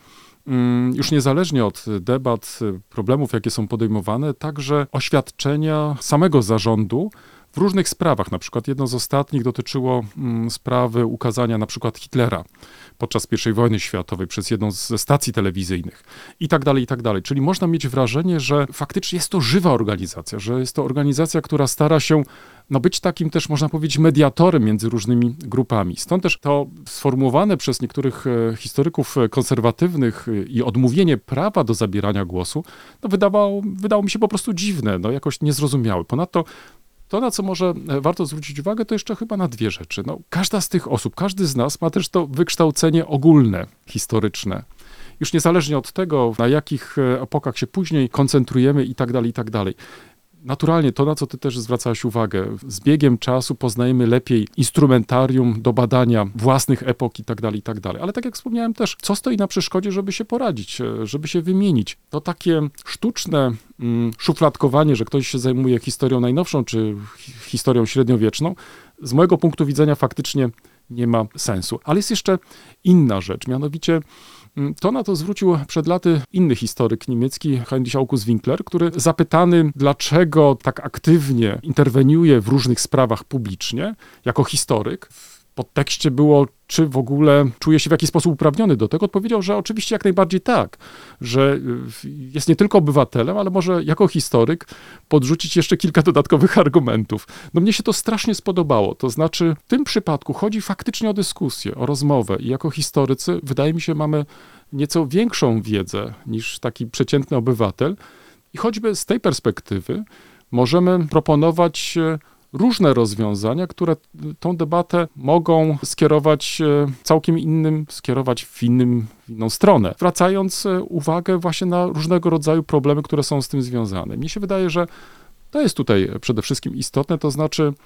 S3: już niezależnie od debat, problemów, jakie są podejmowane, także oświadczenia samego zarządu w różnych sprawach. Na przykład jedno z ostatnich dotyczyło mm, sprawy ukazania na przykład Hitlera podczas pierwszej wojny światowej przez jedną ze stacji telewizyjnych i tak dalej, i tak dalej. Czyli można mieć wrażenie, że faktycznie jest to żywa organizacja, że jest to organizacja, która stara się no, być takim też, można powiedzieć, mediatorem między różnymi grupami. Stąd też to sformułowane przez niektórych historyków konserwatywnych i odmówienie prawa do zabierania głosu, no, wydawało, wydało mi się po prostu dziwne, no, jakoś niezrozumiałe. Ponadto to, na co może warto zwrócić uwagę, to jeszcze chyba na dwie rzeczy. No, każda z tych osób, każdy z nas ma też to wykształcenie ogólne, historyczne. Już niezależnie od tego, na jakich epokach się później koncentrujemy i tak dalej, i tak dalej. Naturalnie to, na co ty też zwracałeś uwagę, z biegiem czasu poznajemy lepiej instrumentarium do badania własnych epok i tak dalej, i tak dalej. Ale tak jak wspomniałem też, co stoi na przeszkodzie, żeby się poradzić, żeby się wymienić? To takie sztuczne mm, szufladkowanie, że ktoś się zajmuje historią najnowszą czy historią średniowieczną, z mojego punktu widzenia faktycznie nie ma sensu. Ale jest jeszcze inna rzecz, mianowicie to na to zwrócił przed laty inny historyk niemiecki, Heinrich August Winkler, który zapytany, dlaczego tak aktywnie interweniuje w różnych sprawach publicznie, jako historyk, w podtekście było, czy w ogóle czuje się w jakiś sposób uprawniony do tego, odpowiedział, że oczywiście jak najbardziej tak, że jest nie tylko obywatelem, ale może jako historyk podrzucić jeszcze kilka dodatkowych argumentów. No mnie się to strasznie spodobało, to znaczy w tym przypadku chodzi faktycznie o dyskusję, o rozmowę i jako historycy wydaje mi się mamy nieco większą wiedzę niż taki przeciętny obywatel i choćby z tej perspektywy możemy proponować różne rozwiązania, które tą debatę mogą skierować całkiem innym, skierować w, innym, w inną stronę, zwracając uwagę właśnie na różnego rodzaju problemy, które są z tym związane. Mnie się wydaje, że to jest tutaj przede wszystkim istotne, to znaczy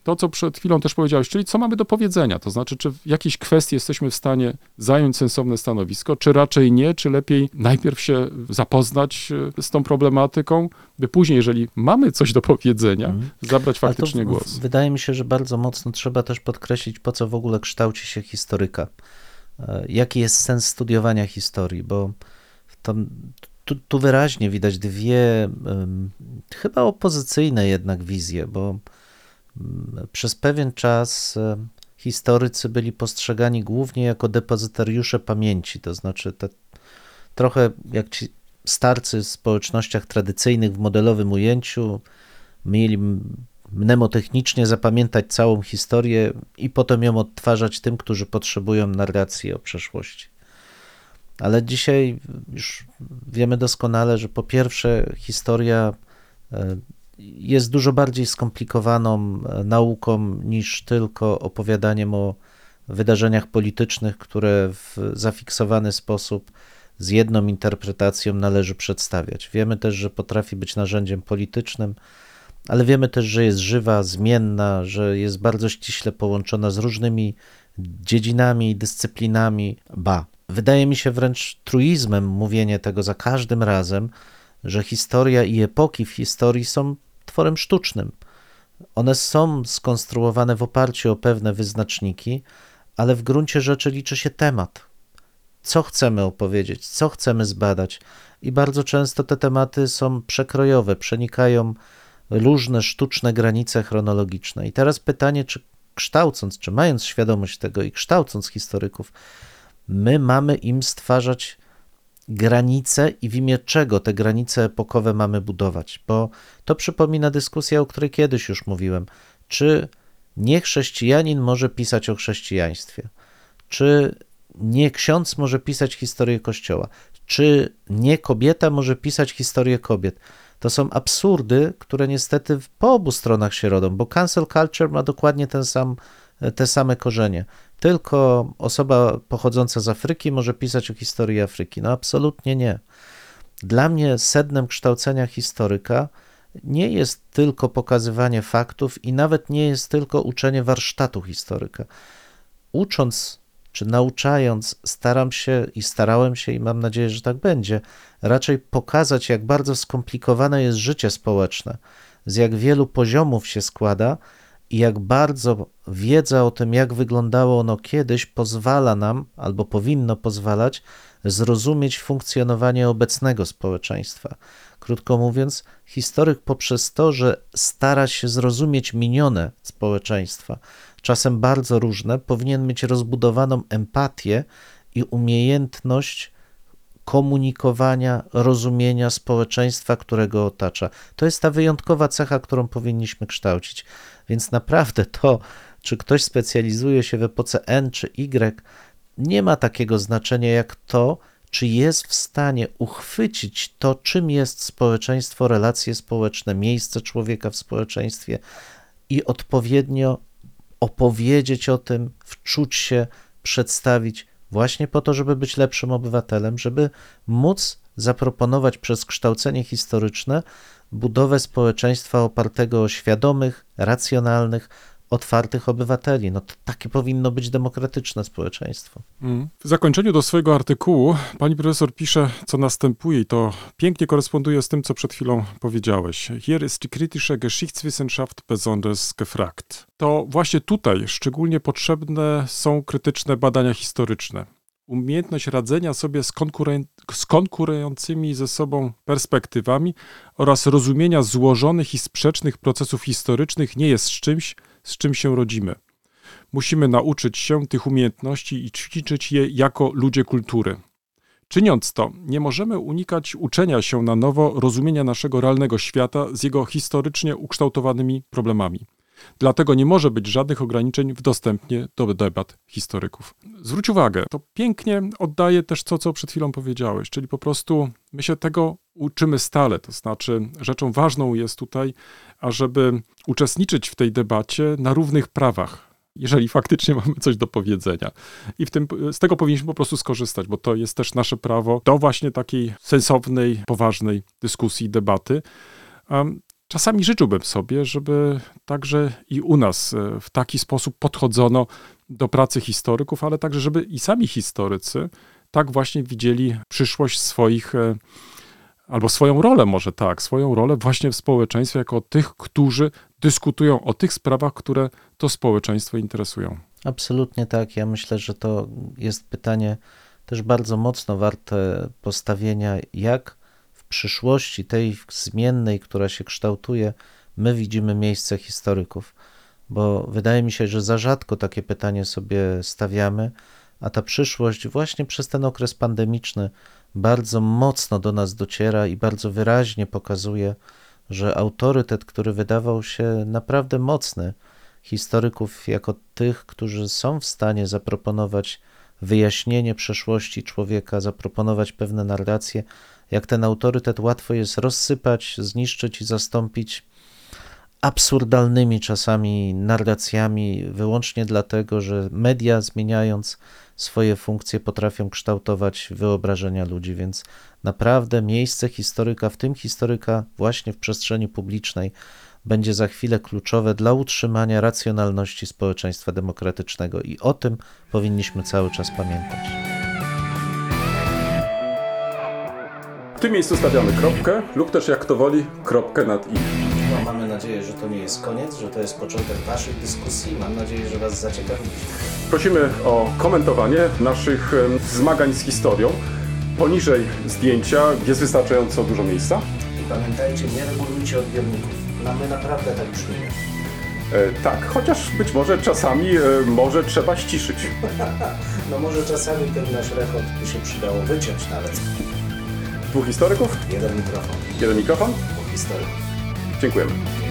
S3: to, co przed chwilą też powiedziałeś, czyli co mamy do powiedzenia, to znaczy, czy w jakiejś kwestii jesteśmy w stanie zająć sensowne stanowisko, czy raczej nie, czy lepiej najpierw się zapoznać z tą problematyką, by później, jeżeli mamy coś do powiedzenia, mm. zabrać faktycznie
S4: Ale to
S3: głos.
S4: Wydaje mi się, że bardzo mocno trzeba też podkreślić, po co w ogóle kształci się historyka. Jaki jest sens studiowania historii, bo to, tu, tu wyraźnie widać dwie um, chyba opozycyjne jednak wizje, bo um, przez pewien czas um, historycy byli postrzegani głównie jako depozytariusze pamięci, to znaczy te, trochę jak ci starcy w społecznościach tradycyjnych w modelowym ujęciu mieli mnemotechnicznie zapamiętać całą historię i potem ją odtwarzać tym, którzy potrzebują narracji o przeszłości. Ale dzisiaj już wiemy doskonale, że po pierwsze historia jest dużo bardziej skomplikowaną nauką niż tylko opowiadaniem o wydarzeniach politycznych, które w zafiksowany sposób z jedną interpretacją należy przedstawiać. Wiemy też, że potrafi być narzędziem politycznym, ale wiemy też, że jest żywa, zmienna, że jest bardzo ściśle połączona z różnymi dziedzinami, dyscyplinami. Ba, wydaje mi się wręcz truizmem mówienie tego za każdym razem, że historia i epoki w historii są tworem sztucznym. One są skonstruowane w oparciu o pewne wyznaczniki, ale w gruncie rzeczy liczy się temat. Co chcemy opowiedzieć, co chcemy zbadać i bardzo często te tematy są przekrojowe, przenikają różne sztuczne granice chronologiczne. I teraz pytanie, czy kształcąc, czy mając świadomość tego i kształcąc historyków, my mamy im stwarzać granice i w imię czego te granice epokowe mamy budować? Bo to przypomina dyskusję, o której kiedyś już mówiłem. Czy nie chrześcijanin może pisać o chrześcijaństwie? Czy nie ksiądz może pisać historię Kościoła? Czy nie kobieta może pisać historię kobiet? To są absurdy, które niestety po obu stronach się rodzą, bo cancel culture ma dokładnie ten sam, te same korzenie. Tylko osoba pochodząca z Afryki może pisać o historii Afryki. No absolutnie nie. Dla mnie sednem kształcenia historyka nie jest tylko pokazywanie faktów i nawet nie jest tylko uczenie warsztatu historyka. Ucząc czy nauczając, staram się i starałem się i mam nadzieję, że tak będzie, raczej pokazać, jak bardzo skomplikowane jest życie społeczne, z jak wielu poziomów się składa i jak bardzo wiedza o tym, jak wyglądało ono kiedyś, pozwala nam, albo powinno pozwalać, zrozumieć funkcjonowanie obecnego społeczeństwa. Krótko mówiąc, historyk poprzez to, że stara się zrozumieć minione społeczeństwa, czasem bardzo różne, powinien mieć rozbudowaną empatię i umiejętność komunikowania, rozumienia społeczeństwa, które go otacza. To jest ta wyjątkowa cecha, którą powinniśmy kształcić. Więc naprawdę to, czy ktoś specjalizuje się w epoce N czy Y, nie ma takiego znaczenia jak to, czy jest w stanie uchwycić to, czym jest społeczeństwo, relacje społeczne, miejsce człowieka w społeczeństwie i odpowiednio opowiedzieć o tym, wczuć się, przedstawić właśnie po to, żeby być lepszym obywatelem, żeby móc zaproponować przez kształcenie historyczne budowę społeczeństwa opartego o świadomych, racjonalnych, otwartych obywateli. No to takie powinno być demokratyczne społeczeństwo.
S3: W zakończeniu do swojego artykułu pani profesor pisze, co następuje i to pięknie koresponduje z tym, co przed chwilą powiedziałeś. Hier ist die kritische Geschichtswissenschaft besonders gefragt. To właśnie tutaj szczególnie potrzebne są krytyczne badania historyczne. Umiejętność radzenia sobie z, konkuren- z konkurującymi ze sobą perspektywami oraz rozumienia złożonych i sprzecznych procesów historycznych nie jest czymś, z czym się rodzimy. Musimy nauczyć się tych umiejętności i ćwiczyć je jako ludzie kultury. Czyniąc to, nie możemy unikać uczenia się na nowo rozumienia naszego realnego świata z jego historycznie ukształtowanymi problemami. Dlatego nie może być żadnych ograniczeń w dostępie do debat historyków. Zwróć uwagę, to pięknie oddaje też to, co przed chwilą powiedziałeś, czyli po prostu my się tego uczymy stale, to znaczy rzeczą ważną jest tutaj, ażeby uczestniczyć w tej debacie na równych prawach, jeżeli faktycznie mamy coś do powiedzenia. I w tym, z tego powinniśmy po prostu skorzystać, bo to jest też nasze prawo do właśnie takiej sensownej, poważnej dyskusji, debaty. Um, Czasami życzyłbym sobie, żeby także i u nas e, w taki sposób podchodzono do pracy historyków, ale także, żeby i sami historycy tak właśnie widzieli przyszłość swoich, e, albo swoją rolę może tak, swoją rolę właśnie w społeczeństwie jako tych, którzy dyskutują o tych sprawach, które to społeczeństwo interesują.
S4: Absolutnie tak. Ja myślę, że to jest pytanie też bardzo mocno warte postawienia, jak w przyszłości, tej zmiennej, która się kształtuje, my widzimy miejsce historyków. Bo wydaje mi się, że za rzadko takie pytanie sobie stawiamy, a ta przyszłość właśnie przez ten okres pandemiczny bardzo mocno do nas dociera i bardzo wyraźnie pokazuje, że autorytet, który wydawał się naprawdę mocny, historyków jako tych, którzy są w stanie zaproponować wyjaśnienie przeszłości człowieka, zaproponować pewne narracje, jak ten autorytet łatwo jest rozsypać, zniszczyć i zastąpić absurdalnymi czasami narracjami, wyłącznie dlatego, że media, zmieniając swoje funkcje, potrafią kształtować wyobrażenia ludzi, więc naprawdę miejsce historyka, w tym historyka właśnie w przestrzeni publicznej, będzie za chwilę kluczowe dla utrzymania racjonalności społeczeństwa demokratycznego i o tym powinniśmy cały czas pamiętać.
S2: W tym miejscu stawiamy kropkę lub też jak kto woli kropkę nad i.
S1: No, mamy nadzieję, że to nie jest koniec, że to jest początek naszych dyskusji. Mam nadzieję, że Was zaciekawiliśmy.
S2: Prosimy o komentowanie naszych em, zmagań z historią. Poniżej zdjęcia jest wystarczająco dużo miejsca.
S1: I pamiętajcie, nie regulujcie odbiorników. No, my naprawdę tak brzmimy.
S2: E, tak, chociaż być może czasami e, może trzeba ściszyć.
S1: No może czasami ten nasz rechot by się przydało wyciąć nawet.
S2: Dwóch historyków,
S1: Jeden mikrofon,
S2: jeden mikrofon.
S1: dwóch historyków.
S2: Dziękujemy.